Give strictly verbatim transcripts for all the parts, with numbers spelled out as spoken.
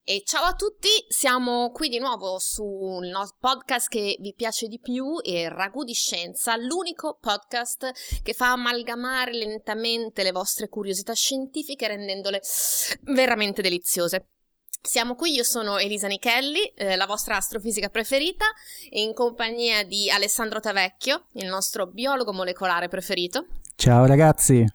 E ciao a tutti, siamo qui di nuovo sul nostro podcast che vi piace di più, e Ragù di Scienza, l'unico podcast che fa amalgamare lentamente le vostre curiosità scientifiche rendendole veramente deliziose. Siamo qui, io sono Elisa Nichelli, eh, la vostra astrofisica preferita, in compagnia di Alessandro Tavecchio, il nostro biologo molecolare preferito. Ciao ragazzi!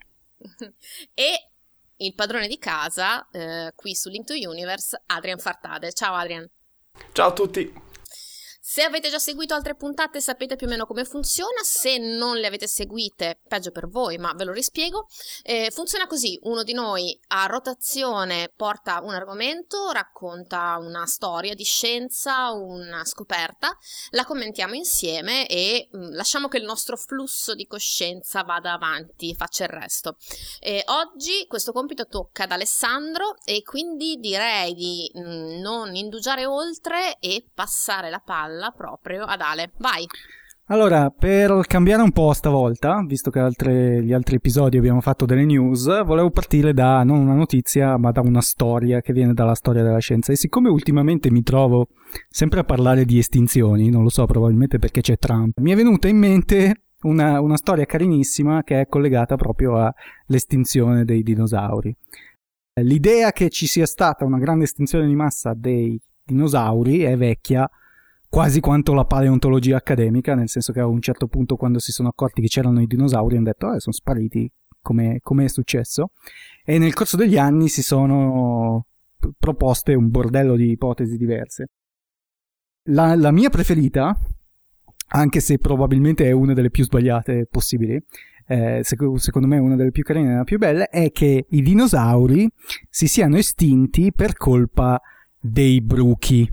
E il padrone di casa, eh, qui su Link to Universe, Adrian Fartade. Ciao Adrian. Ciao a tutti. Se avete già seguito altre puntate sapete più o meno come funziona. Se non le avete seguite, peggio per voi, ma ve lo rispiego. Eh, funziona così: uno di noi a rotazione porta un argomento, racconta una storia di scienza, una scoperta, la commentiamo insieme e mh, lasciamo che il nostro flusso di coscienza vada avanti, faccia il resto. Eh, oggi questo compito tocca ad Alessandro e quindi direi di mh, non indugiare oltre e passare la palla proprio ad Ale. Vai. Allora, per cambiare un po' stavolta, visto che altre, gli altri episodi abbiamo fatto delle news, volevo partire da non una notizia ma da una storia che viene dalla storia della scienza. E siccome ultimamente mi trovo sempre a parlare di estinzioni, non lo so, probabilmente perché c'è Trump, mi è venuta in mente una, una storia carinissima che è collegata proprio all'estinzione dei dinosauri. L'idea che ci sia stata una grande estinzione di massa dei dinosauri è vecchia quasi quanto la paleontologia accademica, nel senso che a un certo punto, quando si sono accorti che c'erano i dinosauri, hanno detto eh, sono spariti, come è successo, e nel corso degli anni si sono proposte un bordello di ipotesi diverse. La, la mia preferita, anche se probabilmente è una delle più sbagliate possibili, eh, sec- secondo me è una delle più carine e la più belle, è che i dinosauri si siano estinti per colpa dei bruchi.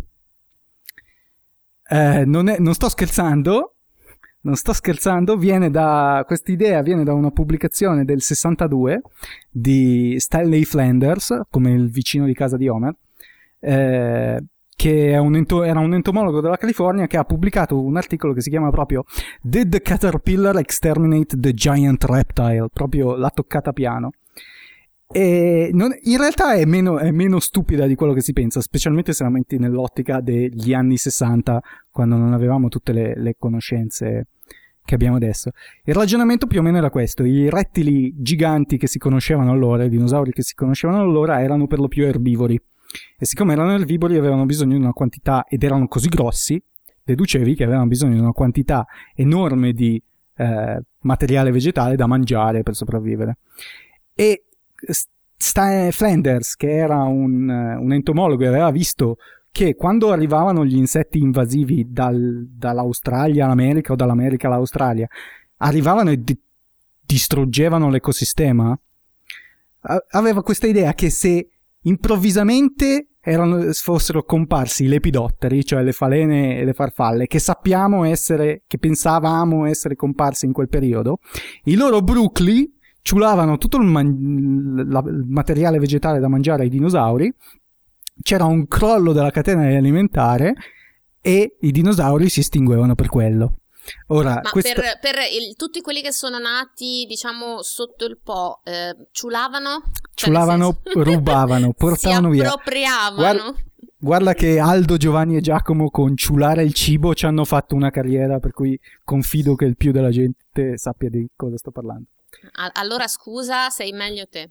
Eh, non, è, non sto scherzando, non sto scherzando, viene da, quest'idea viene da una pubblicazione del sessantadue di Stanley Flanders, come il vicino di casa di Homer, eh, che è un ento, era un entomologo della California che ha pubblicato un articolo che si chiama proprio Did the Caterpillar Exterminate the Giant Reptile? Proprio l'ha toccata piano. E non, in realtà è meno, è meno stupida di quello che si pensa, specialmente se la metti nell'ottica degli anni sessanta, quando non avevamo tutte le, le conoscenze che abbiamo adesso. Il ragionamento più o meno era questo: i rettili giganti che si conoscevano allora, i dinosauri che si conoscevano allora, erano per lo più erbivori, e siccome erano erbivori avevano bisogno di una quantità, ed erano così grossi, deducevi che avevano bisogno di una quantità enorme di eh, materiale vegetale da mangiare per sopravvivere. E St- Flanders, che era un, un entomologo, e aveva visto che quando arrivavano gli insetti invasivi dal, dall'Australia all'America o dall'America all'Australia, arrivavano e di- distruggevano l'ecosistema, a- aveva questa idea che se improvvisamente erano, fossero comparsi i lepidotteri, cioè le falene e le farfalle, che sappiamo essere, che pensavamo essere comparsi in quel periodo, i loro brucli ciulavano tutto il, man- la- il materiale vegetale da mangiare ai dinosauri, c'era un crollo della catena alimentare e i dinosauri si estinguevano per quello. Ora, Ma questa... per, per il, tutti quelli che sono nati, diciamo, sotto il Po, eh, ciulavano? Cioè, ciulavano, senso... rubavano, portavano via. Si appropriavano. Guarda, guarda che Aldo, Giovanni e Giacomo con ciulare il cibo ci hanno fatto una carriera, per cui confido che il più della gente sappia di cosa sto parlando. Allora scusa, sei meglio te.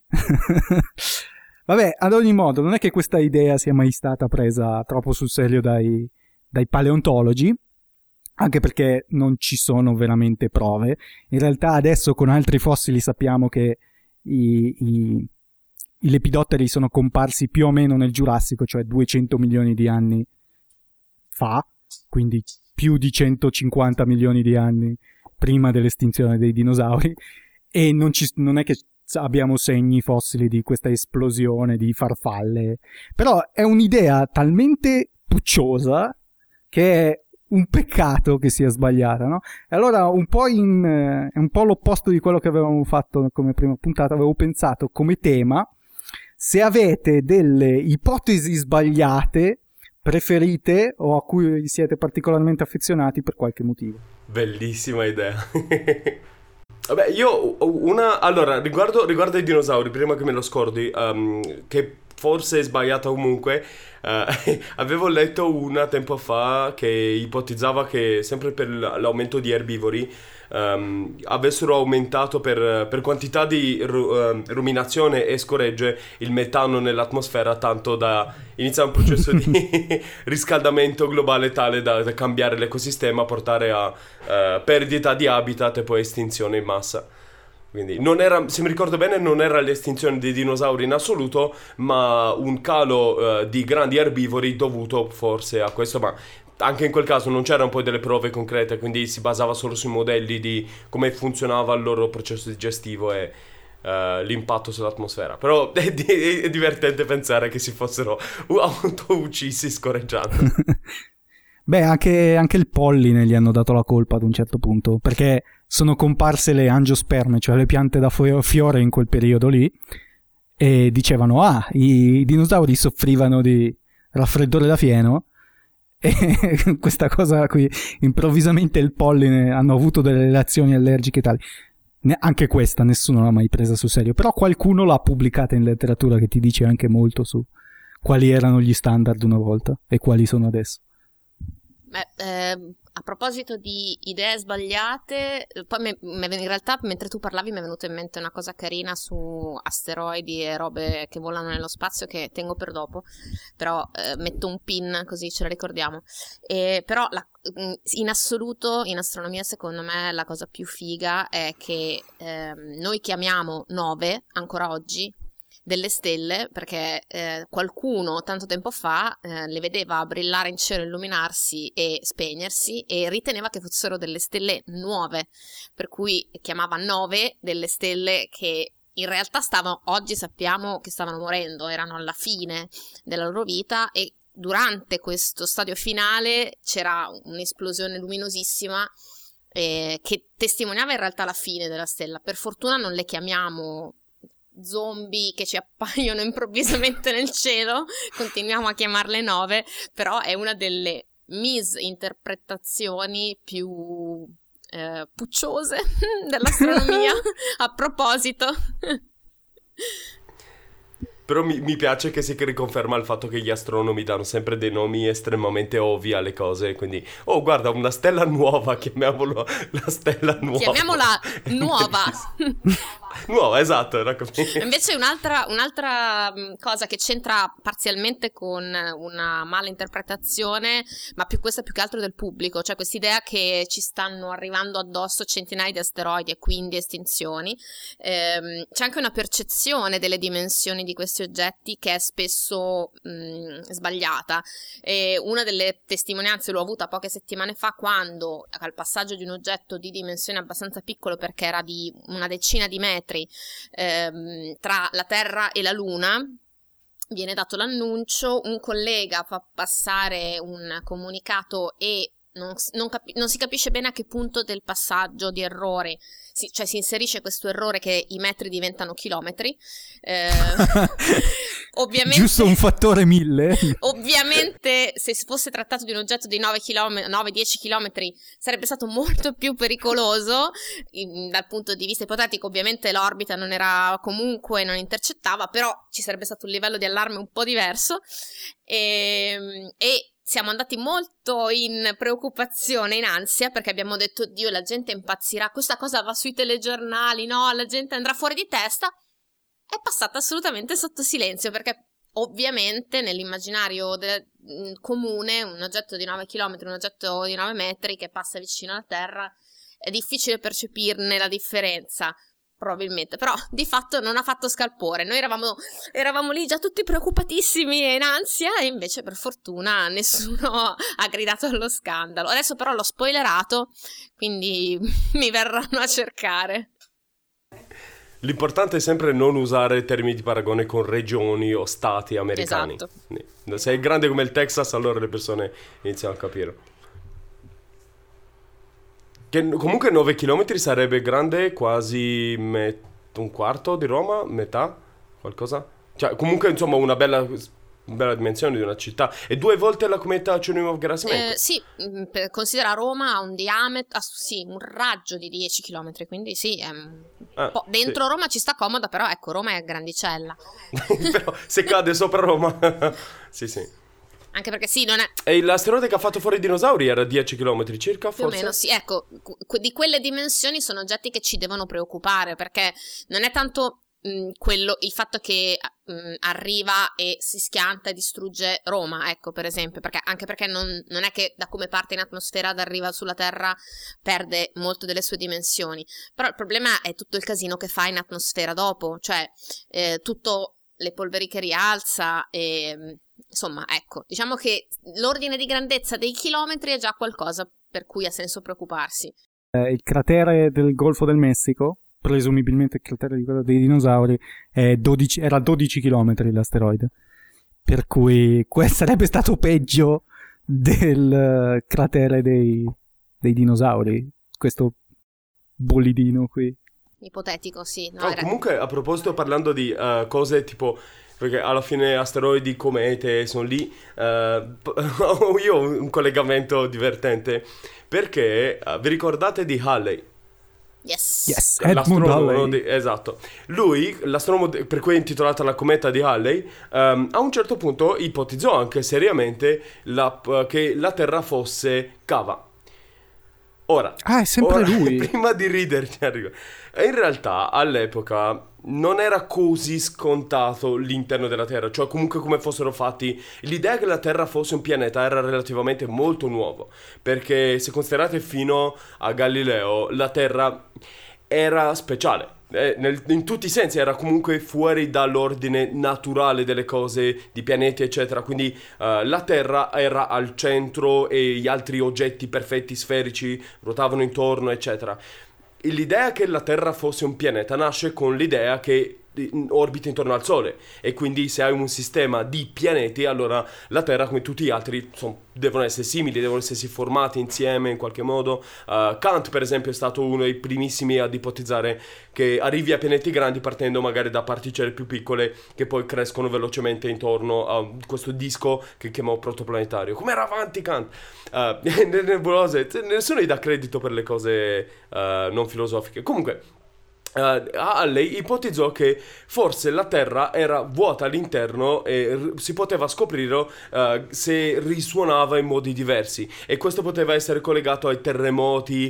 Vabbè, ad ogni modo, non è che questa idea sia mai stata presa troppo sul serio dai, dai paleontologi, anche perché non ci sono veramente prove. In realtà adesso con altri fossili sappiamo che i, i, i lepidotteri sono comparsi più o meno nel Giurassico, cioè duecento milioni di anni fa, quindi più di centocinquanta milioni di anni prima dell'estinzione dei dinosauri. E non, ci, non è che abbiamo segni fossili di questa esplosione di farfalle, però è un'idea talmente pucciosa che è un peccato che sia sbagliata, no? E allora un po' in, eh, è un po' l'opposto di quello che avevamo fatto come prima puntata. Avevo pensato come tema: se avete delle ipotesi sbagliate preferite o a cui siete particolarmente affezionati per qualche motivo. Bellissima idea. Vabbè, io una... Allora, riguardo, riguardo ai dinosauri, prima che me lo scordi, um, che forse è sbagliata comunque. Uh, avevo letto una tempo fa che ipotizzava che sempre per l'aumento di erbivori um, avessero aumentato per, per quantità di ru, uh, ruminazione e scoregge il metano nell'atmosfera, tanto da iniziare un processo di riscaldamento globale tale da, da cambiare l'ecosistema, portare a uh, perdita di habitat e poi estinzione in massa. Quindi non era, se mi ricordo bene, non era l'estinzione dei dinosauri in assoluto, ma un calo uh, di grandi erbivori dovuto forse a questo, ma anche in quel caso non c'erano poi delle prove concrete, quindi si basava solo sui modelli di come funzionava il loro processo digestivo e uh, l'impatto sull'atmosfera. Però è, di- è divertente pensare che si fossero auto-uccisi scorreggiando. Beh, anche, anche il polline gli hanno dato la colpa ad un certo punto, perché sono comparse le angiosperme, cioè le piante da fiore in quel periodo lì, e dicevano, ah, i dinosauri soffrivano di raffreddore da fieno, e questa cosa qui, improvvisamente il polline, hanno avuto delle reazioni allergiche tali. Anche questa nessuno l'ha mai presa sul serio, però qualcuno l'ha pubblicata in letteratura che ti dice anche molto su quali erano gli standard una volta e quali sono adesso. Beh, eh, a proposito di idee sbagliate, poi me, me, in realtà mentre tu parlavi mi è venuta in mente una cosa carina su asteroidi e robe che volano nello spazio che tengo per dopo, però eh, metto un pin così ce la ricordiamo. E, però la, in assoluto in astronomia secondo me la cosa più figa è che eh, noi chiamiamo nove ancora oggi delle stelle perché eh, qualcuno tanto tempo fa eh, le vedeva brillare in cielo, illuminarsi e spegnersi e riteneva che fossero delle stelle nuove, per cui chiamava nove delle stelle che in realtà stavano, oggi sappiamo che stavano morendo, erano alla fine della loro vita e durante questo stadio finale c'era un'esplosione luminosissima eh, che testimoniava in realtà la fine della stella. Per fortuna non le chiamiamo zombie che ci appaiono improvvisamente nel cielo, continuiamo a chiamarle nove, però è una delle misinterpretazioni più eh, pucciose dell'astronomia. A proposito, però mi, mi piace che si riconferma il fatto che gli astronomi danno sempre dei nomi estremamente ovvi alle cose, quindi oh guarda una stella nuova, chiamiamolo la stella nuova, chiamiamola nuova. Nuova, esatto, era così. Invece un'altra, un'altra cosa che c'entra parzialmente con una mala interpretazione, ma più questa più che altro del pubblico, cioè quest'idea che ci stanno arrivando addosso centinaia di asteroidi e quindi estinzioni. Ehm, c'è anche una percezione delle dimensioni di questi oggetti che è spesso mh, sbagliata. E una delle testimonianze l'ho avuta poche settimane fa quando al passaggio di un oggetto di dimensione abbastanza piccolo, perché era di una decina di metri ehm, tra la Terra e la Luna, viene dato l'annuncio, un collega fa passare un comunicato e non, non, capi- non si capisce bene a che punto del passaggio di errore, si, cioè si inserisce questo errore che i metri diventano chilometri. Eh, ovviamente, giusto un fattore mille. Ovviamente se si fosse trattato di un oggetto di nove dieci chilometri sarebbe stato molto più pericoloso in, dal punto di vista ipotetico. Ovviamente l'orbita non era, comunque non intercettava, però ci sarebbe stato un livello di allarme un po' diverso e, e siamo andati molto in preoccupazione, in ansia, perché abbiamo detto, Dio, la gente impazzirà, questa cosa va sui telegiornali, no, la gente andrà fuori di testa. È passata assolutamente sotto silenzio, perché ovviamente nell'immaginario de- comune un oggetto di nove chilometri, un oggetto di nove metri che passa vicino alla Terra, è difficile percepirne la differenza. Probabilmente, però di fatto non ha fatto scalpore. Noi eravamo, eravamo lì già tutti preoccupatissimi e in ansia, e invece per fortuna nessuno ha gridato allo scandalo. Adesso però l'ho spoilerato, quindi mi verranno a cercare. L'importante è sempre non usare termini di paragone con regioni o stati americani. Esatto. Se è grande come il Texas, allora le persone iniziano a capire. Che comunque nove chilometri sarebbe grande quasi met- un quarto di Roma, metà, qualcosa. Cioè, comunque, insomma, una bella bella dimensione di una città. E due volte la cometa Churyumov Gerasimenko. Eh, sì, per considera Roma ha un diametro, ah, sì, un raggio di dieci chilometri, quindi sì, è un ah, po'. Dentro sì. Roma ci sta comoda, però ecco, Roma è grandicella. Però se cade sopra Roma, sì sì. Anche perché sì, non è... E l'asteroide che ha fatto fuori i dinosauri era dieci chilometri circa, più forse? o meno, sì. Ecco, que- di quelle dimensioni sono oggetti che ci devono preoccupare, perché non è tanto mh, quello, il fatto che mh, arriva e si schianta e distrugge Roma, ecco, per esempio, perché anche perché non, non è che da come parte in atmosfera ad arriva sulla Terra perde molto delle sue dimensioni, però il problema è tutto il casino che fa in atmosfera dopo, cioè eh, tutto le polveri che rialza e... Insomma, ecco, diciamo che l'ordine di grandezza dei chilometri è già qualcosa per cui ha senso preoccuparsi. Eh, il cratere del Golfo del Messico, presumibilmente il cratere di quello dei dinosauri, è dodici, era dodici chilometri l'asteroide. Per cui questo sarebbe stato peggio del uh, cratere dei, dei dinosauri, questo bolidino qui. Ipotetico, sì. No, oh, era... Comunque, a proposito, parlando di uh, cose tipo... Perché alla fine asteroidi, comete, sono lì. Uh, io ho un collegamento divertente. Perché uh, vi ricordate di Halley? Yes. Yes, Edmund Halley. Di, esatto. Lui, l'astronomo de, per cui è intitolata la cometa di Halley, um, a un certo punto ipotizzò anche seriamente la, uh, che la Terra fosse cava. Ora, ah, è sempre ora, lui. Prima di riderci, in realtà all'epoca non era così scontato l'interno della Terra, cioè comunque come fossero fatti. L'idea che la Terra fosse un pianeta era relativamente molto nuovo, perché se considerate fino a Galileo la Terra era speciale. Eh, nel, in tutti i sensi era comunque fuori dall'ordine naturale delle cose, di pianeti eccetera, quindi uh, la Terra era al centro e gli altri oggetti perfetti sferici ruotavano intorno eccetera. L'idea che la Terra fosse un pianeta nasce con l'idea che orbita intorno al Sole, e quindi se hai un sistema di pianeti allora la Terra come tutti gli altri son, devono essere simili, devono essersi formati insieme in qualche modo. uh, Kant per esempio è stato uno dei primissimi ad ipotizzare che arrivi a pianeti grandi partendo magari da particelle più piccole che poi crescono velocemente intorno a questo disco che chiamò protoplanetario. Come era avanti Kant! Uh, nelle nebulose nessuno gli dà credito per le cose uh, non filosofiche. Comunque Uh, Halley ipotizzò che forse la Terra era vuota all'interno e r- si poteva scoprire uh, se risuonava in modi diversi, e questo poteva essere collegato ai terremoti,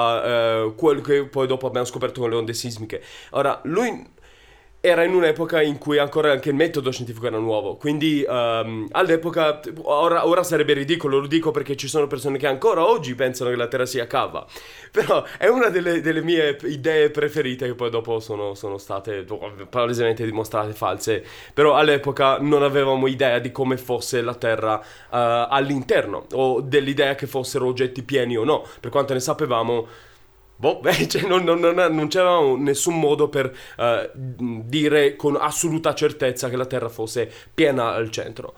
a uh, quello che poi dopo abbiamo scoperto con le onde sismiche. Ora, lui era in un'epoca in cui ancora anche il metodo scientifico era nuovo, quindi um, all'epoca, ora, ora sarebbe ridicolo, lo dico perché ci sono persone che ancora oggi pensano che la Terra sia cava, però è una delle, delle mie idee preferite che poi dopo sono, sono state palesemente dimostrate false, però all'epoca non avevamo idea di come fosse la Terra uh, all'interno, o dell'idea che fossero oggetti pieni o no, per quanto ne sapevamo. Boh, beh, cioè non, non, non, non c'era nessun modo per uh, dire con assoluta certezza che la Terra fosse piena al centro.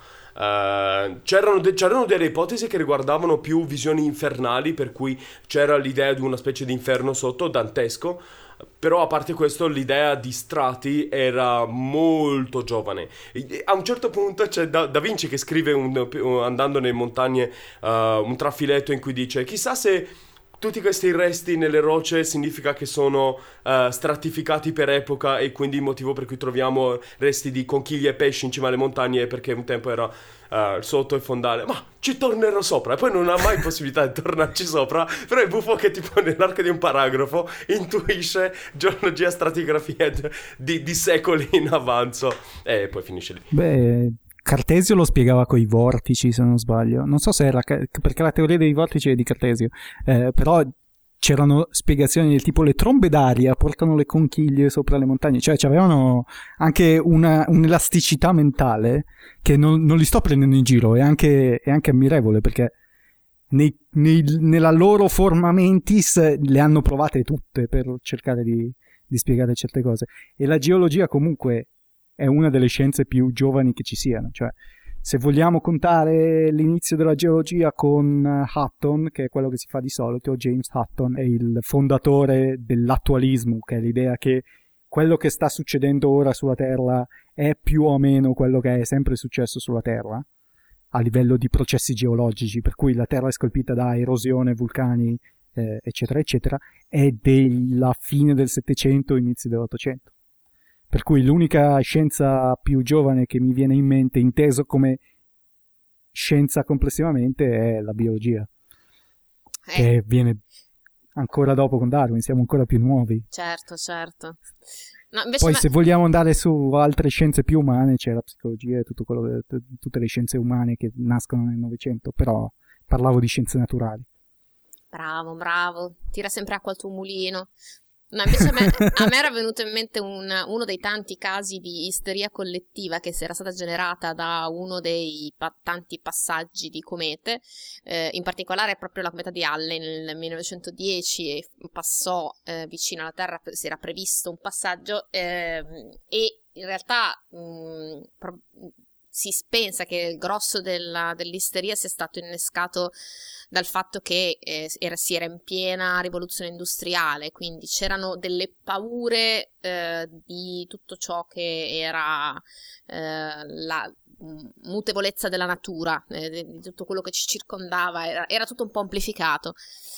Uh, c'erano, de- c'erano delle ipotesi che riguardavano più visioni infernali, per cui c'era l'idea di una specie di inferno sotto, dantesco. Però a parte questo l'idea di strati era molto giovane. A un certo punto c'è Da, da Vinci che scrive un, andando nelle montagne uh, un trafiletto in cui dice: chissà se tutti questi resti nelle rocce significa che sono uh, stratificati per epoca, e quindi il motivo per cui troviamo resti di conchiglie e pesci in cima alle montagne è perché un tempo era uh, sotto il fondale. Ma ci tornerò sopra, e poi non ha mai possibilità di tornarci sopra. Però è buffo che tipo nell'arco di un paragrafo intuisce geologia, stratigrafia di, di secoli in avanzo, e poi finisce lì. Beh, Cartesio lo spiegava coi vortici, se non sbaglio. Non so se era perché la teoria dei vortici è di Cartesio, eh, però c'erano spiegazioni del tipo: le trombe d'aria portano le conchiglie sopra le montagne. Cioè avevano anche una, un'elasticità mentale che non, non li sto prendendo in giro, è anche, è anche ammirevole, perché nei, nei, nella loro forma mentis le hanno provate tutte per cercare di, di spiegare certe cose. E la geologia comunque è una delle scienze più giovani che ci siano, cioè se vogliamo contare l'inizio della geologia con Hutton, che è quello che si fa di solito, James Hutton è il fondatore dell'attualismo, che è l'idea che quello che sta succedendo ora sulla Terra è più o meno quello che è sempre successo sulla Terra a livello di processi geologici, per cui la Terra è scolpita da erosione, vulcani, eh, eccetera, eccetera, è della fine del Settecento, inizio dell'Ottocento. Per cui l'unica scienza più giovane che mi viene in mente, inteso come scienza complessivamente, è la biologia, eh. che viene ancora dopo con Darwin, siamo ancora più nuovi. Certo, certo. No, invece Poi me... se vogliamo andare su altre scienze più umane c'è la psicologia e tutto quello, t- tutte le scienze umane che nascono nel Novecento, però parlavo di scienze naturali. Bravo, bravo, tira sempre acqua al tuo mulino. No, invece a me, a me era venuto in mente un, uno dei tanti casi di isteria collettiva che si era stata generata da uno dei pa- tanti passaggi di comete, eh, in particolare proprio la cometa di Halley nel millenovecentodieci e passò eh, vicino alla Terra, si era previsto un passaggio eh, e in realtà mh, pro- si pensa che il grosso della, dell'isteria sia stato innescato dal fatto che eh, era, si era in piena rivoluzione industriale, quindi c'erano delle paure eh, di tutto ciò che era eh, la mutevolezza della natura, eh, di tutto quello che ci circondava, era, era tutto un po' amplificato.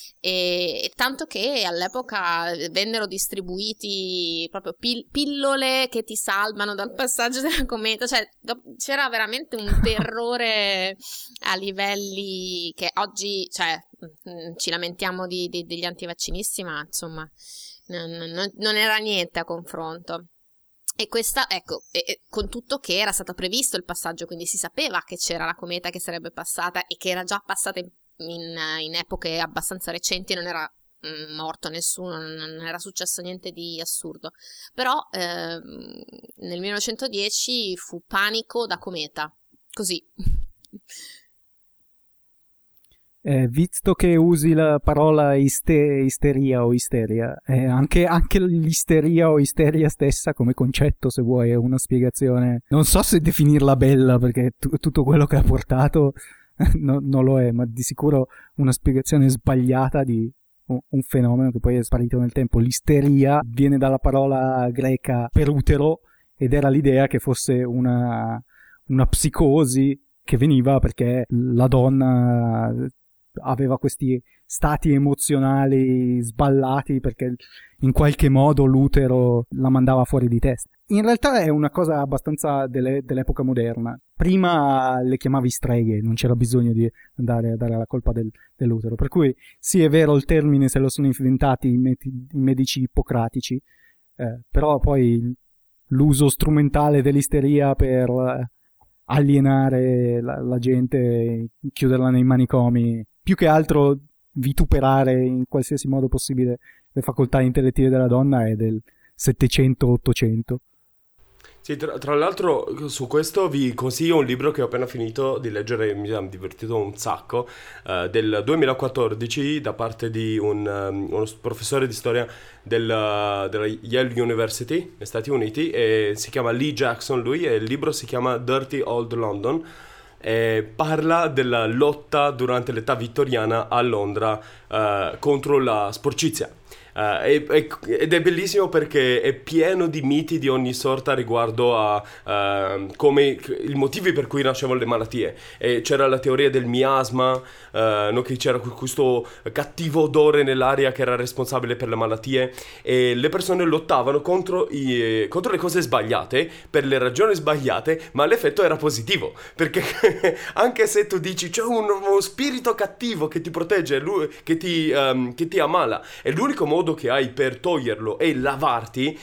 E, e tanto che all'epoca vennero distribuiti proprio pil- pillole che ti salvano dal passaggio della cometa, cioè do- c'era veramente un terrore a livelli che oggi, cioè mh, ci lamentiamo di, di, degli antivaccinisti, ma insomma non, non, non era niente a confronto. E questa, ecco, e, e, con tutto che era stato previsto il passaggio, quindi si sapeva che c'era la cometa che sarebbe passata e che era già passata in In, in epoche abbastanza recenti, non era mh, morto nessuno, non era successo niente di assurdo, però eh, nel millenovecentodieci fu panico da cometa, così. Eh, visto che usi la parola iste- isteria o isteria, eh, anche, anche l'isteria o isteria stessa come concetto, se vuoi, è una spiegazione, non so se definirla bella, perché t- tutto quello che ha portato No, non lo è, ma di sicuro una spiegazione sbagliata di un, un fenomeno che poi è sparito nel tempo. L'isteria viene dalla parola greca per utero ed era l'idea che fosse una, una psicosi che veniva perché la donna aveva questi stati emozionali sballati perché in qualche modo l'utero la mandava fuori di testa. In realtà è una cosa abbastanza delle, dell'epoca moderna. Prima le chiamavi streghe, non c'era bisogno di andare a dare la colpa del, dell'utero. Per cui sì, è vero, il termine se lo sono inventati i, med- i medici ippocratici, eh, però poi l'uso strumentale dell'isteria per eh, alienare la, la gente, chiuderla nei manicomi, più che altro vituperare in qualsiasi modo possibile le facoltà intellettive della donna è del settecento ottocento. Sì, tra, tra l'altro su questo vi consiglio un libro che ho appena finito di leggere, mi ha divertito un sacco, uh, del duemilaquattordici da parte di un, um, uno professore di storia del, uh, della Yale University negli Stati Uniti, e si chiama Lee Jackson lui, e il libro si chiama Dirty Old London. E parla della lotta durante l'età vittoriana a Londra uh, contro la sporcizia. Uh, e, e, ed è bellissimo perché è pieno di miti di ogni sorta riguardo a uh, come i motivi per cui nascevano le malattie. E c'era la teoria del miasma, uh, no, che c'era questo cattivo odore nell'aria che era responsabile per le malattie, e le persone lottavano contro, i, contro le cose sbagliate per le ragioni sbagliate, ma l'effetto era positivo perché anche se tu dici c'è un, uno spirito cattivo che ti protegge, lui, che, ti, um, che ti ammala, è l'unico modo che hai per toglierlo e lavarti,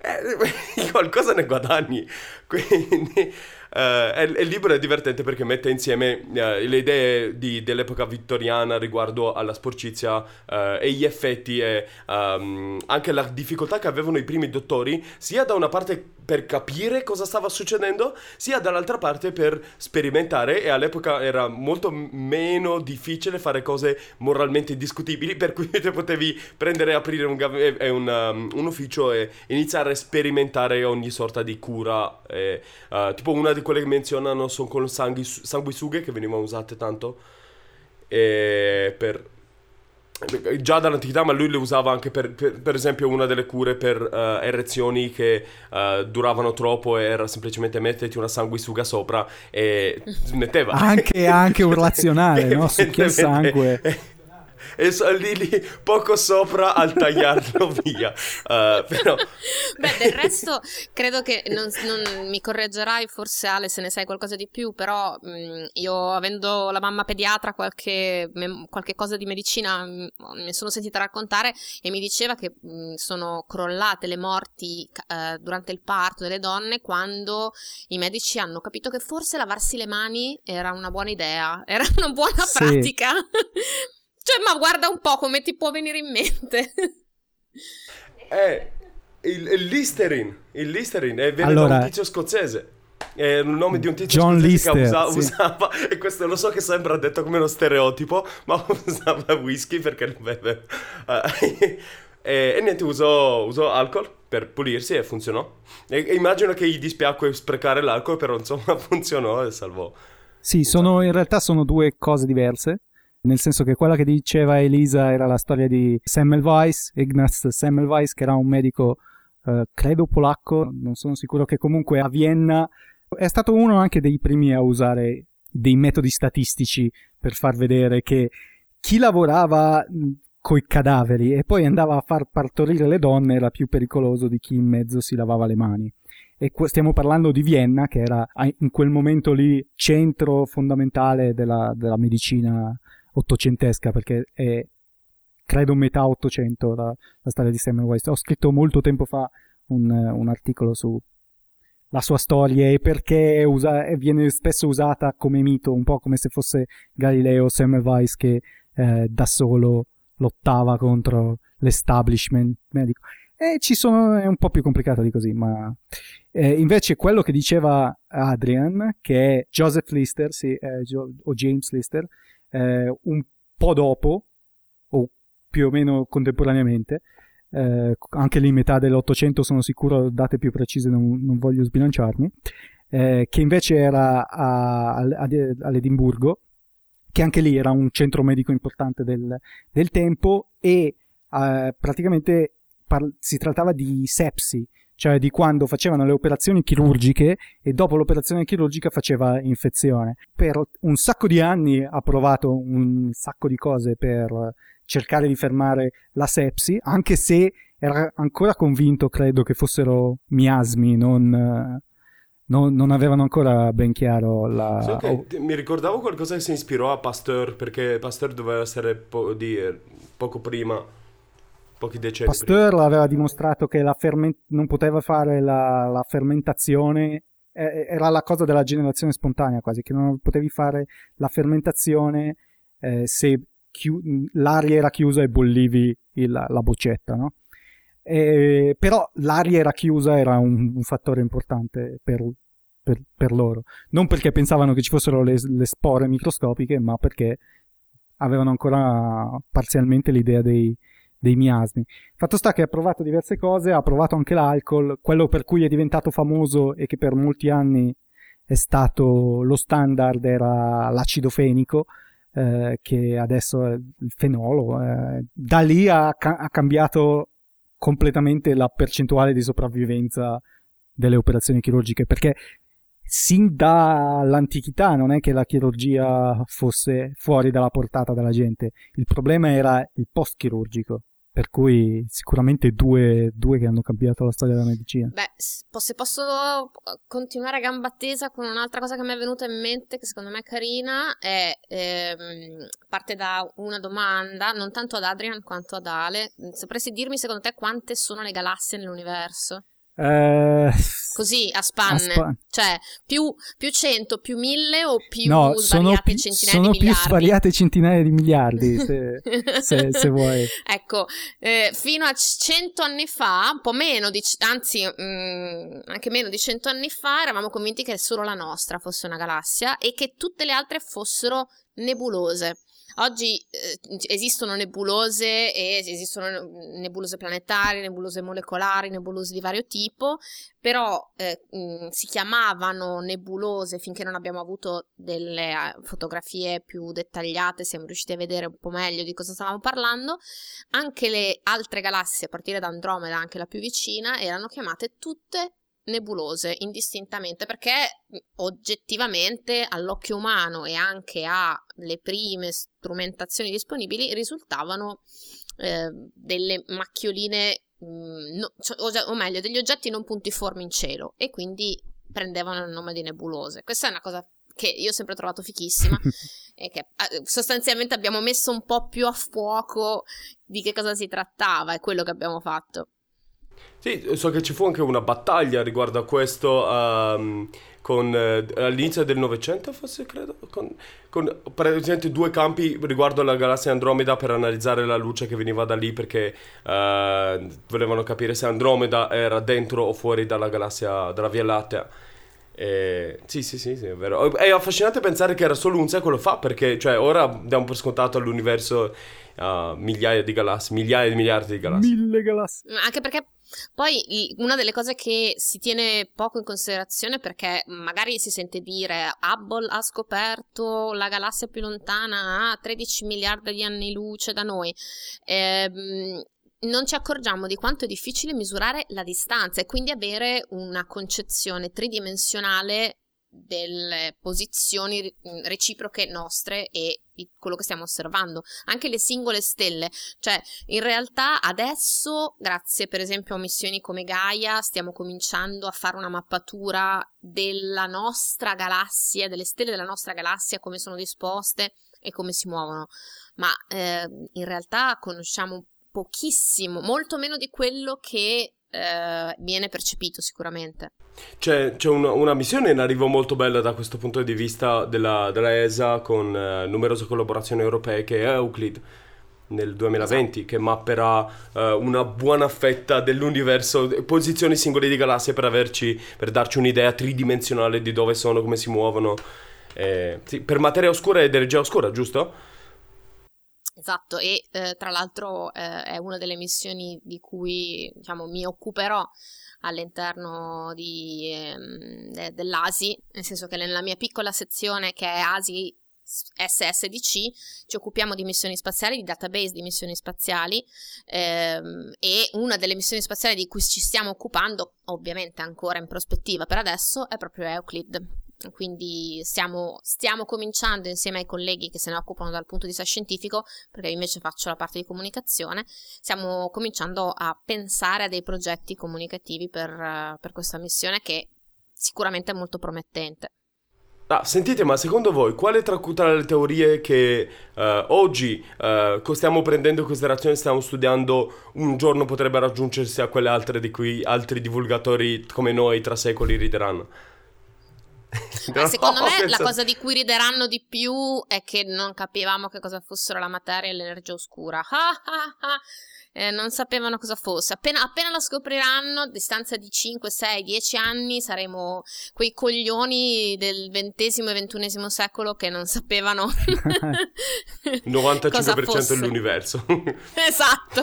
eh, qualcosa ne guadagni. Quindi uh, il libro è divertente perché mette insieme uh, le idee di, dell'epoca vittoriana riguardo alla sporcizia uh, e gli effetti e um, anche la difficoltà che avevano i primi dottori, sia da una parte per capire cosa stava succedendo, sia dall'altra parte per sperimentare, e all'epoca era molto meno difficile fare cose moralmente discutibili, per cui te potevi prendere e aprire un, un, um, un ufficio e iniziare a sperimentare ogni sorta di cura. E, uh, tipo una di quelle che menzionano sono con sanguis- sanguisughe che venivano usate tanto e per già dall'antichità, ma lui le usava anche per, per, per esempio una delle cure per uh, erezioni che uh, duravano troppo, era semplicemente metterti una sanguisuga sopra e smetteva. Anche, anche un razionale, no? Succhia il sangue. E so, lì, lì poco sopra al tagliarlo via. Uh, però... Beh, del resto credo che non, non mi correggerai forse, Ale, se ne sai qualcosa di più, però mh, io, avendo la mamma pediatra, qualche, me, qualche cosa di medicina mh, mi sono sentita raccontare, e mi diceva che mh, sono crollate le morti uh, durante il parto delle donne quando i medici hanno capito che forse lavarsi le mani era una buona idea, era una buona sì. pratica. Cioè, ma guarda un po' come ti può venire in mente. Eh, il, il Listerine, il Listerine, è viene allora, da un tizio scozzese. È il nome di un tizio John scozzese Lister, che usa, sì. usava, e questo lo so che sembra detto come uno stereotipo, ma usava whisky perché non beve. Uh, e, e niente, usò, usò alcol per pulirsi e funzionò. E, e immagino che gli dispiacque sprecare l'alcol, però insomma funzionò e salvò. Sì, sono, in realtà sono due cose diverse. Nel senso che quella che diceva Elisa era la storia di Semmelweis, Ignaz Semmelweis, che era un medico, eh, credo polacco, non sono sicuro, che comunque a Vienna è stato uno anche dei primi a usare dei metodi statistici per far vedere che chi lavorava coi cadaveri e poi andava a far partorire le donne era più pericoloso di chi in mezzo si lavava le mani. E stiamo parlando di Vienna, che era in quel momento lì centro fondamentale della, della medicina ottocentesca, perché è credo metà ottocento la, la storia di Semmelweis. Ho scritto molto tempo fa un, un articolo su la sua storia e perché usa, viene spesso usata come mito, un po' come se fosse Galileo Semmelweis che eh, da solo lottava contro l'establishment medico. E ci sono, è un po' più complicato di così, ma eh, invece quello che diceva Adrian, che è Joseph Lister, sì, eh, o James Lister, Eh, un po' dopo o più o meno contemporaneamente, eh, anche lì metà dell'Ottocento sono sicuro, date più precise non, non voglio sbilanciarmi, eh, che invece era a, a, ad Edimburgo, che anche lì era un centro medico importante del, del tempo e eh, praticamente par- si trattava di sepsi, cioè di quando facevano le operazioni chirurgiche e dopo l'operazione chirurgica faceva infezione. Per un sacco di anni ha provato un sacco di cose per cercare di fermare la sepsi, anche se era ancora convinto, credo, che fossero miasmi, non, non, non avevano ancora ben chiaro la... Sì, okay. Mi ricordavo qualcosa che si ispirò a Pasteur, perché Pasteur doveva essere po- di, poco prima... pochi decenni Pasteur prima. aveva dimostrato che la ferment- non poteva fare la, la fermentazione, eh, era la cosa della generazione spontanea quasi, che non potevi fare la fermentazione eh, se chi- l'aria era chiusa e bollivi il, la boccetta, no? E, però l'aria era chiusa, era un, un fattore importante per, per, per loro, non perché pensavano che ci fossero le, le spore microscopiche, ma perché avevano ancora parzialmente l'idea dei dei miasmi. Fatto sta che ha provato diverse cose, ha provato anche l'alcol, quello per cui è diventato famoso e che per molti anni è stato lo standard era l'acido fenico, eh, che adesso è il fenolo. Eh. Da lì ha, ha cambiato completamente la percentuale di sopravvivenza delle operazioni chirurgiche, perché sin dall'antichità non è che la chirurgia fosse fuori dalla portata della gente, il problema era il post chirurgico, per cui sicuramente due, due che hanno cambiato la storia della medicina. Beh, se posso continuare a gamba tesa con un'altra cosa che mi è venuta in mente, che secondo me è carina, è ehm, parte da una domanda, non tanto ad Adrian quanto ad Ale. Sapresti dirmi secondo te quante sono le galassie nell'universo? Eh, Così a spanne, a span- cioè più, più cento, più mille o più no, svariate sono, centinaia sono di più miliardi? svariate centinaia di miliardi se, se, se vuoi. Ecco, eh, fino a cento anni fa, un po' meno di, anzi mh, anche meno di cento anni fa, eravamo convinti che solo la nostra fosse una galassia e che tutte le altre fossero nebulose. oggi eh, esistono nebulose e esistono nebulose planetarie, nebulose molecolari, nebulose di vario tipo, però eh, mh, si chiamavano nebulose finché non abbiamo avuto delle uh, fotografie più dettagliate, siamo riusciti a vedere un po' meglio di cosa stavamo parlando. Anche le altre galassie, a partire da Andromeda, anche la più vicina, erano chiamate tutte nebulose indistintamente, perché oggettivamente all'occhio umano e anche alle prime strumentazioni disponibili risultavano eh, delle macchioline mh, no, cioè, o meglio degli oggetti non puntiformi in cielo, e quindi prendevano il nome di nebulose. Questa è una cosa che io ho sempre trovato fichissima e che eh, sostanzialmente abbiamo messo un po' più a fuoco di che cosa si trattava, è quello che abbiamo fatto. Sì, so che ci fu anche una battaglia riguardo a questo um, con, eh, all'inizio del Novecento, forse credo, con, con praticamente due campi riguardo alla galassia Andromeda per analizzare la luce che veniva da lì, perché uh, volevano capire se Andromeda era dentro o fuori dalla galassia, dalla Via Lattea. Eh, sì, sì, sì, sì, è vero. È affascinante pensare che era solo un secolo fa, perché cioè ora diamo per scontato all'universo uh, migliaia di galassie, migliaia di miliardi di galassie. Mille galassie. Anche perché poi una delle cose che si tiene poco in considerazione, perché magari si sente dire Hubble ha scoperto la galassia più lontana a tredici miliardi di anni luce da noi, ehm, non ci accorgiamo di quanto è difficile misurare la distanza e quindi avere una concezione tridimensionale delle posizioni reciproche nostre e di quello che stiamo osservando, anche le singole stelle. Cioè, in realtà adesso, grazie per esempio a missioni come Gaia, stiamo cominciando a fare una mappatura della nostra galassia, delle stelle della nostra galassia, come sono disposte e come si muovono, ma eh, in realtà conosciamo pochissimo, molto meno di quello che eh, viene percepito sicuramente. C'è, c'è una, una missione in arrivo molto bella da questo punto di vista della, della E S A, con eh, numerose collaborazioni europee, che è Euclid nel duemilaventi, esatto, che mapperà eh, una buona fetta dell'universo, posizioni singole di galassie, per averci, per darci un'idea tridimensionale di dove sono, come si muovono. Eh, sì, per materia oscura ed energia oscura, giusto? Esatto, e eh, tra l'altro eh, è una delle missioni di cui, diciamo, mi occuperò all'interno di, ehm, de- dell'A S I, nel senso che nella mia piccola sezione, che è A S I S S D C, ci occupiamo di missioni spaziali, di database di missioni spaziali, ehm, e una delle missioni spaziali di cui ci stiamo occupando, ovviamente ancora in prospettiva per adesso, è proprio Euclid. Quindi stiamo, stiamo cominciando insieme ai colleghi che se ne occupano dal punto di vista scientifico, perché io invece faccio la parte di comunicazione, stiamo cominciando a pensare a dei progetti comunicativi per, uh, per questa missione, che sicuramente è molto promettente. Ah, sentite, ma secondo voi quale tra, tra le teorie che uh, oggi uh, stiamo prendendo in considerazione, stiamo studiando, un giorno potrebbe raggiungersi a quelle altre di cui altri divulgatori come noi tra secoli rideranno? No, secondo me penso... la cosa di cui rideranno di più è che non capivamo che cosa fossero la materia e l'energia oscura. Ah, ah, ah. Eh, non sapevano cosa fosse. Appena, appena la scopriranno, a distanza di cinque, sei, dieci anni, saremo quei coglioni del ventesimo e ventunesimo secolo che non sapevano il novantacinque per cento cosa fosse dell'universo. Esatto.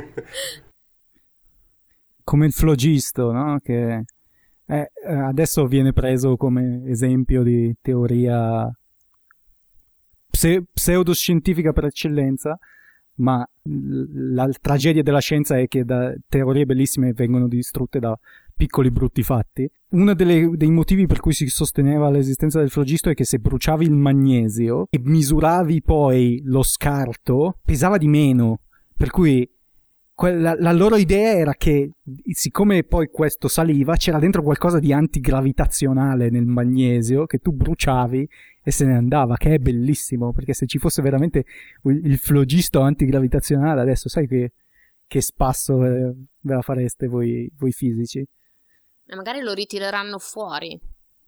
Come il flogisto, no? Che eh, adesso viene preso come esempio di teoria pse- pseudoscientifica per eccellenza, ma la tragedia della scienza è che da teorie bellissime vengono distrutte da piccoli brutti fatti. Uno delle, dei motivi per cui si sosteneva l'esistenza del flogisto è che se bruciavi il magnesio e misuravi poi lo scarto, pesava di meno, per cui La, la loro idea era che, siccome poi questo saliva, c'era dentro qualcosa di antigravitazionale nel magnesio che tu bruciavi e se ne andava, che è bellissimo, perché se ci fosse veramente il flogisto antigravitazionale, adesso sai che, che spasso ve la fareste voi, voi fisici? E magari lo ritireranno fuori,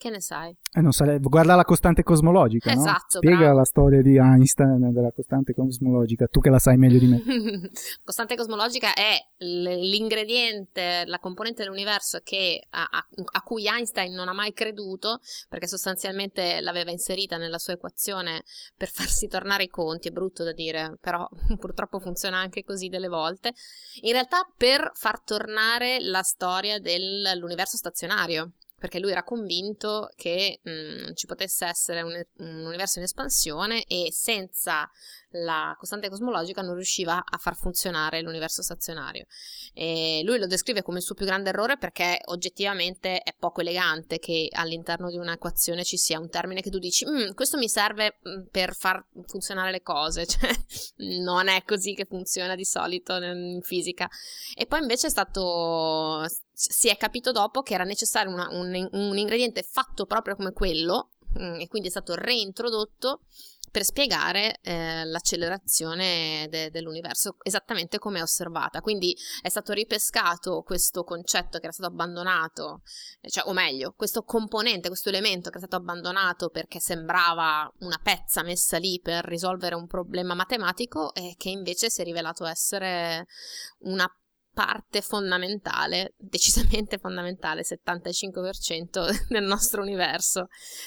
Che ne sai? Eh, non sarebbe... Guarda la costante cosmologica, esatto, no? Spiega bravo. la storia di Einstein della costante cosmologica, tu che la sai meglio di me. Costante cosmologica è l'ingrediente, la componente dell'universo che, a, a, a cui Einstein non ha mai creduto, perché sostanzialmente l'aveva inserita nella sua equazione per farsi tornare i conti. È brutto da dire, però purtroppo funziona anche così delle volte. In realtà per far tornare la storia dell'universo stazionario, perché lui era convinto che mh, ci potesse essere un, un universo in espansione e senza la costante cosmologica non riusciva a far funzionare l'universo stazionario. E lui lo descrive come il suo più grande errore perché oggettivamente è poco elegante che all'interno di un'equazione ci sia un termine che tu dici questo mi serve per far funzionare le cose, cioè non è così che funziona di solito in fisica. E poi invece è stato... si è capito dopo che era necessario una, un, un ingrediente fatto proprio come quello, e quindi è stato reintrodotto per spiegare eh, l'accelerazione de- dell'universo esattamente come è osservata. Quindi è stato ripescato questo concetto che era stato abbandonato, cioè, o meglio, questo componente, questo elemento che era stato abbandonato perché sembrava una pezza messa lì per risolvere un problema matematico e che invece si è rivelato essere una parte fondamentale, decisamente fondamentale, settantacinque per cento del nostro universo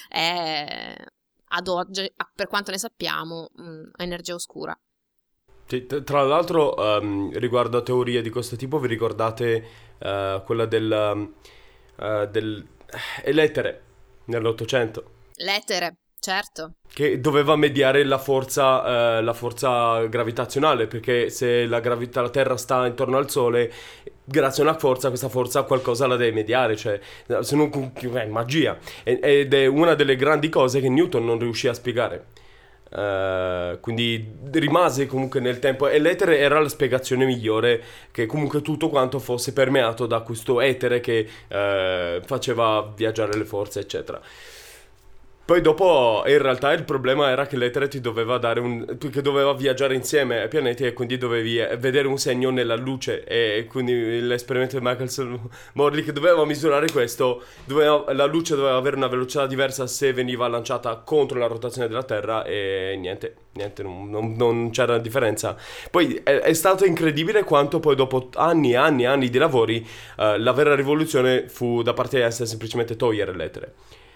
è ad oggi, per quanto ne sappiamo, mh, energia oscura. Sì, t- tra l'altro um, riguardo a teorie di questo tipo vi ricordate uh, quella del, uh, del eh, l'etere nell'Ottocento? L'etere, certo. Che doveva mediare la forza, uh, la forza gravitazionale, perché se la gravità, la Terra sta intorno al Sole, grazie a una forza, questa forza qualcosa la deve mediare, cioè se non è magia, ed è una delle grandi cose che Newton non riuscì a spiegare. Uh, quindi rimase comunque nel tempo, e l'etere era la spiegazione migliore, che comunque tutto quanto fosse permeato da questo etere che uh, faceva viaggiare le forze, eccetera. Poi dopo in realtà il problema era che l'etere ti doveva dare un che doveva viaggiare insieme ai pianeti e quindi dovevi vedere un segno nella luce, e quindi l'esperimento di Michelson-Morley che doveva misurare questo, doveva, la luce doveva avere una velocità diversa se veniva lanciata contro la rotazione della Terra, e niente, niente non, non, non c'era differenza. Poi è, è stato incredibile quanto poi dopo anni e anni e anni di lavori uh, la vera rivoluzione fu da parte di Einstein semplicemente togliere l'etere.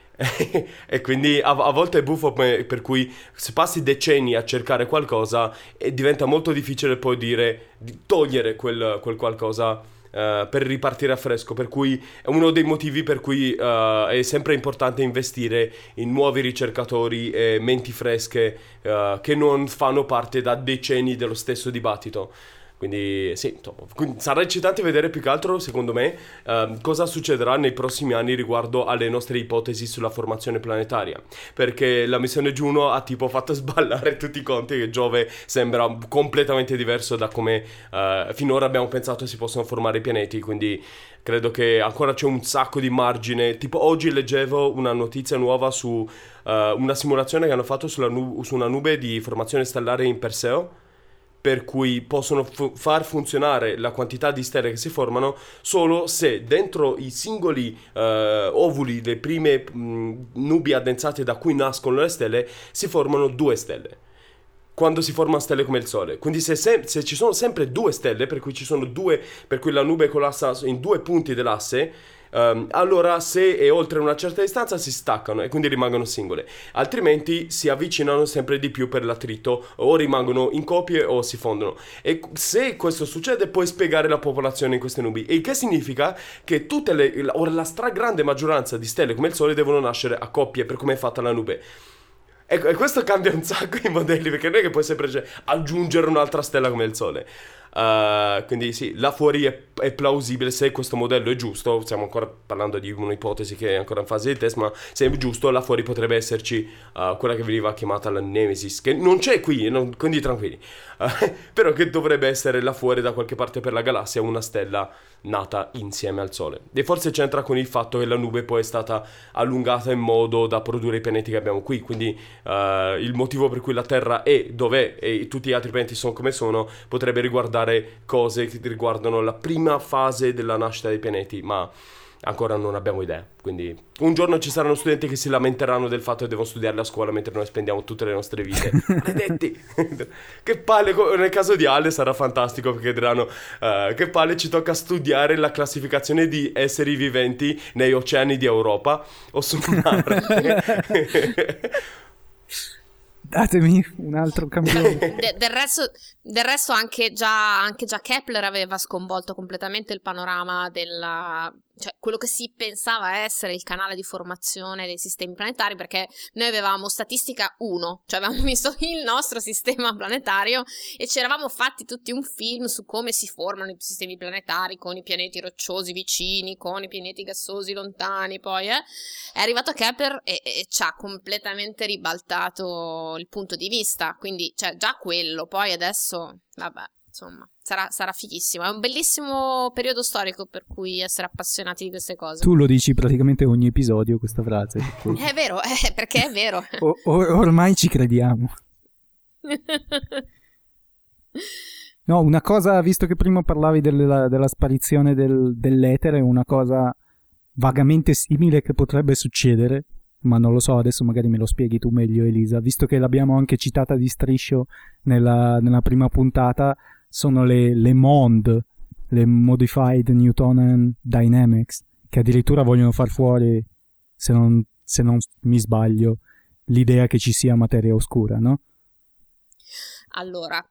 E quindi a, a volte è buffo, per cui se passi decenni a cercare qualcosa e diventa molto difficile poi dire di togliere quel, quel qualcosa uh, per ripartire a fresco, per cui è uno dei motivi per cui uh, è sempre importante investire in nuovi ricercatori e menti fresche uh, che non fanno parte da decenni dello stesso dibattito. Quindi sì, quindi sarà eccitante vedere più che altro, secondo me, uh, cosa succederà nei prossimi anni riguardo alle nostre ipotesi sulla formazione planetaria. Perché la missione Juno ha tipo fatto sballare tutti i conti che Giove sembra completamente diverso da come uh, finora abbiamo pensato si possono formare i pianeti. Quindi credo che ancora c'è un sacco di margine. Tipo oggi leggevo una notizia nuova su uh, una simulazione che hanno fatto sulla nu- su una nube di formazione stellare in Perseo, per cui possono fu- far funzionare la quantità di stelle che si formano solo se dentro i singoli uh, ovuli, le prime mh, nubi addensate da cui nascono le stelle, si formano due stelle. Quando si formano stelle come il Sole. Quindi se, se, se ci sono sempre due stelle, per cui ci sono due, per cui la nube collassa in due punti dell'asse, Um, allora se è oltre una certa distanza si staccano e quindi rimangono singole, altrimenti si avvicinano sempre di più per l'attrito, o rimangono in coppie o si fondono. E se questo succede puoi spiegare la popolazione in queste nubi, il che significa che tutte le, o la stragrande maggioranza di stelle come il Sole devono nascere a coppie per come è fatta la nube. E, e questo cambia un sacco i modelli, perché non è che puoi sempre cioè, aggiungere un'altra stella come il Sole. Uh, quindi sì, là fuori è, è plausibile, se questo modello è giusto, stiamo ancora parlando di un'ipotesi che è ancora in fase di test, ma se è giusto là fuori potrebbe esserci uh, quella che veniva chiamata la Nemesis, che non c'è qui, non, quindi tranquilli, uh, però che dovrebbe essere là fuori da qualche parte per la galassia una stella nata insieme al Sole. E forse c'entra con il fatto che la nube poi è stata allungata in modo da produrre i pianeti che abbiamo qui, quindi uh, il motivo per cui la Terra è dov'è e tutti gli altri pianeti sono come sono potrebbe riguardare cose che riguardano la prima fase della nascita dei pianeti, ma ancora non abbiamo idea. Quindi un giorno ci saranno studenti che si lamenteranno del fatto che devono studiare a scuola mentre noi spendiamo tutte le nostre vite. Maledetti! Che palle, nel caso di Ale sarà fantastico perché diranno uh, che palle, ci tocca studiare la classificazione di esseri viventi nei oceani di Europa o su Marte. Datemi un altro campione. De- del, resto, del resto anche già, anche già Kepler aveva sconvolto completamente il panorama della... cioè quello che si pensava essere il canale di formazione dei sistemi planetari, perché noi avevamo statistica uno, cioè avevamo visto il nostro sistema planetario e ci eravamo fatti tutti un film su come si formano i sistemi planetari con i pianeti rocciosi vicini, con i pianeti gassosi lontani, poi eh. è arrivato Kepler e, e ci ha completamente ribaltato il punto di vista, quindi cioè già quello, poi adesso vabbè, insomma, sarà, sarà fighissimo. È un bellissimo periodo storico per cui essere appassionati di queste cose. Tu lo dici praticamente ogni episodio questa frase. È vero, eh, perché è vero. O, or- ormai ci crediamo. No, una cosa, visto che prima parlavi della, della sparizione del, dell'etere, una cosa vagamente simile che potrebbe succedere, ma non lo so, adesso magari me lo spieghi tu meglio, Elisa, visto che l'abbiamo anche citata di striscio nella, nella prima puntata, sono le, le M O N D, le Modified Newtonian Dynamics, che addirittura vogliono far fuori, se non, se non mi sbaglio, l'idea che ci sia materia oscura, no? Allora,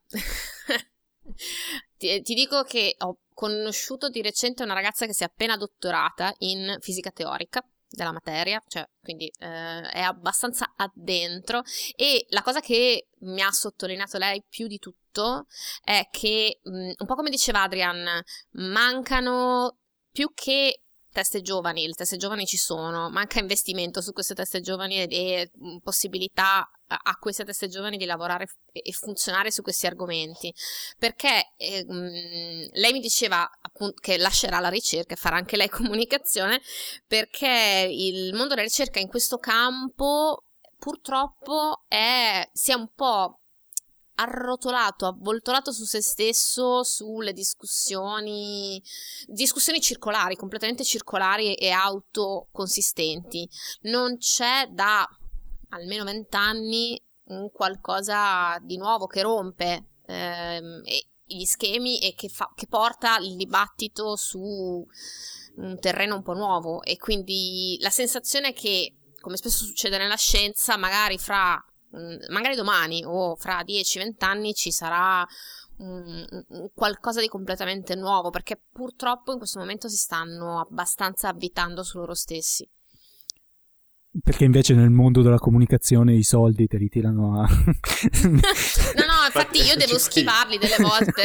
ti, ti dico che ho conosciuto di recente una ragazza che si è appena dottorata in fisica teorica della materia, cioè quindi eh, è abbastanza addentro, e la cosa che mi ha sottolineato lei più di tutto è che mh, un po' come diceva Adrian, mancano più che teste giovani, le teste giovani ci sono, manca investimento su queste teste giovani e, e mh, possibilità a queste teste giovani di lavorare e funzionare su questi argomenti, perché eh, mh, lei mi diceva appunto che lascerà la ricerca e farà anche lei comunicazione, perché il mondo della ricerca in questo campo purtroppo è, si è un po' arrotolato, avvoltolato su se stesso, sulle discussioni discussioni circolari, completamente circolari e autoconsistenti. Non c'è da almeno vent'anni un qualcosa di nuovo che rompe ehm, gli schemi e che, fa, che porta il dibattito su un terreno un po' nuovo, e quindi la sensazione è che, come spesso succede nella scienza, magari fra magari domani o fra dieci venti anni ci sarà un, un qualcosa di completamente nuovo, perché purtroppo in questo momento si stanno abbastanza avvitando su loro stessi. Perché invece nel mondo della comunicazione i soldi te li tirano a... no, no, infatti io devo schivarli delle volte.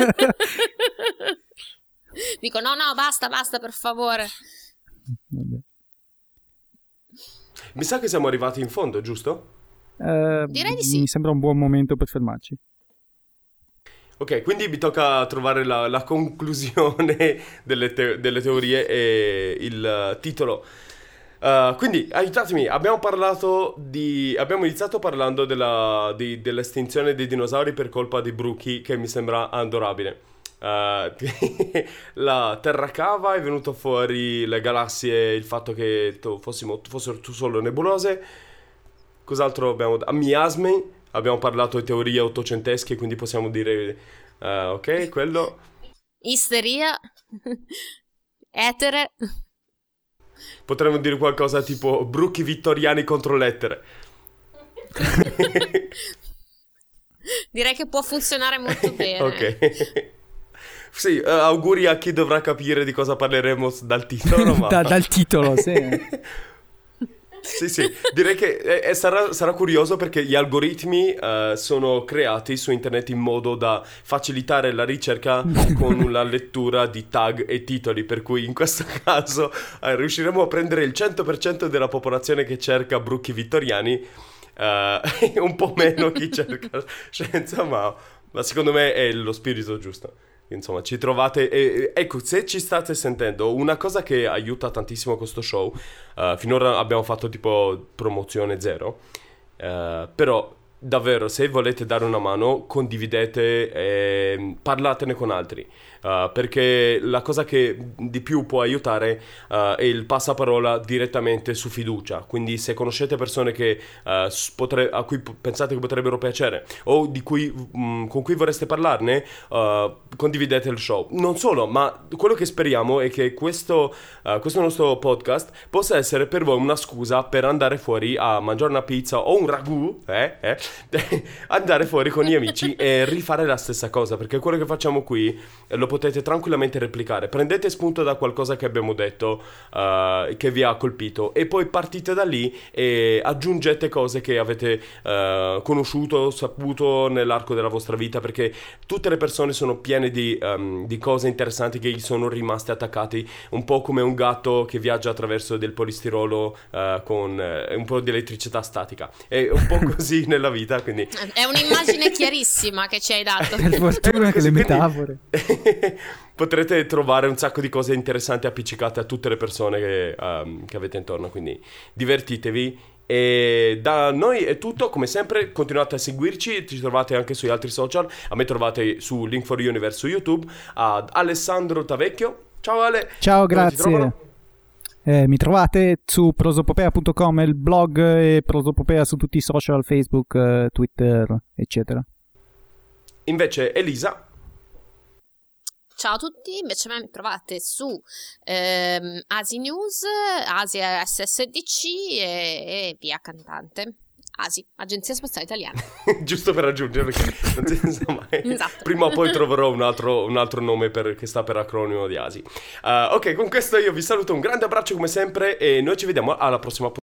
Dico no, no, basta, basta, per favore. Vabbè. Mi sa che siamo arrivati in fondo, giusto? Uh, Direi di sì. Mi sembra un buon momento per fermarci. Ok, quindi mi tocca trovare la, la conclusione delle, te- delle teorie e il uh, titolo. Uh, quindi aiutatemi, abbiamo parlato di abbiamo iniziato parlando della, di, dell'estinzione dei dinosauri per colpa di Brookie, che mi sembra adorabile. Uh, la Terra cava, è venuto fuori le galassie, il fatto che to- fossimo, fossero solo nebulose. Cos'altro abbiamo detto? Miasmi, abbiamo parlato di teorie ottocentesche, quindi possiamo dire uh, ok, quello. Isteria, etere. Potremmo dire qualcosa tipo bruchi vittoriani contro l'etere. Direi che può funzionare molto bene. Ok. Sì, uh, auguri a chi dovrà capire di cosa parleremo dal titolo. Ma... da, dal titolo, sì. Sì, sì, direi che eh, sarà, sarà curioso, perché gli algoritmi eh, sono creati su internet in modo da facilitare la ricerca con la lettura di tag e titoli, per cui in questo caso eh, riusciremo a prendere il cento per cento della popolazione che cerca bruchi vittoriani, eh, un po' meno chi cerca scienza, ma, ma secondo me è lo spirito giusto. Insomma, ci trovate e, ecco, se ci state sentendo, una cosa che aiuta tantissimo questo show, uh, finora abbiamo fatto tipo promozione zero, uh, però davvero, se volete dare una mano, condividete e parlatene con altri. Uh, perché la cosa che di più può aiutare uh, è il passaparola direttamente su fiducia. Quindi se conoscete persone che, uh, potre- a cui p- pensate che potrebbero piacere o di cui, mh, con cui vorreste parlarne, uh, condividete il show. Non solo, ma quello che speriamo è che questo, uh, questo nostro podcast possa essere per voi una scusa per andare fuori a mangiare una pizza o un ragù, eh, eh, andare fuori con gli amici e rifare la stessa cosa, perché quello che facciamo qui lo potete tranquillamente replicare. Prendete spunto da qualcosa che abbiamo detto, uh, che vi ha colpito, e poi partite da lì e aggiungete cose che avete uh, conosciuto, saputo nell'arco della vostra vita, perché tutte le persone sono piene di, um, di cose interessanti che gli sono rimaste attaccate, un po' come un gatto che viaggia attraverso del polistirolo uh, con uh, un po' di elettricità statica. È un po' così nella vita, quindi... È un'immagine chiarissima che ci hai dato. Per fortuna che le metafore. Potrete trovare un sacco di cose interessanti appiccicate a tutte le persone che, um, che avete intorno, quindi divertitevi. E da noi è tutto, come sempre continuate a seguirci, ci trovate anche sugli altri social. A me trovate su Link for Universe su YouTube, ad Alessandro Tavecchio. Ciao Ale. Ciao, grazie. Eh, mi trovate su prosopopea punto com, il blog, e prosopopea su tutti i social, Facebook, eh, Twitter, eccetera. Invece Elisa. Ciao a tutti, invece me mi trovate su ehm, Asi News, Asia S S D C e, e via cantante. Asi, Agenzia Spaziale Italiana. Giusto per aggiungere, perché non si sa mai. Esatto. Prima o poi troverò un altro, un altro nome per, che sta per acronimo di Asi. Uh, ok, con questo io vi saluto, un grande abbraccio come sempre e noi ci vediamo alla prossima puntata.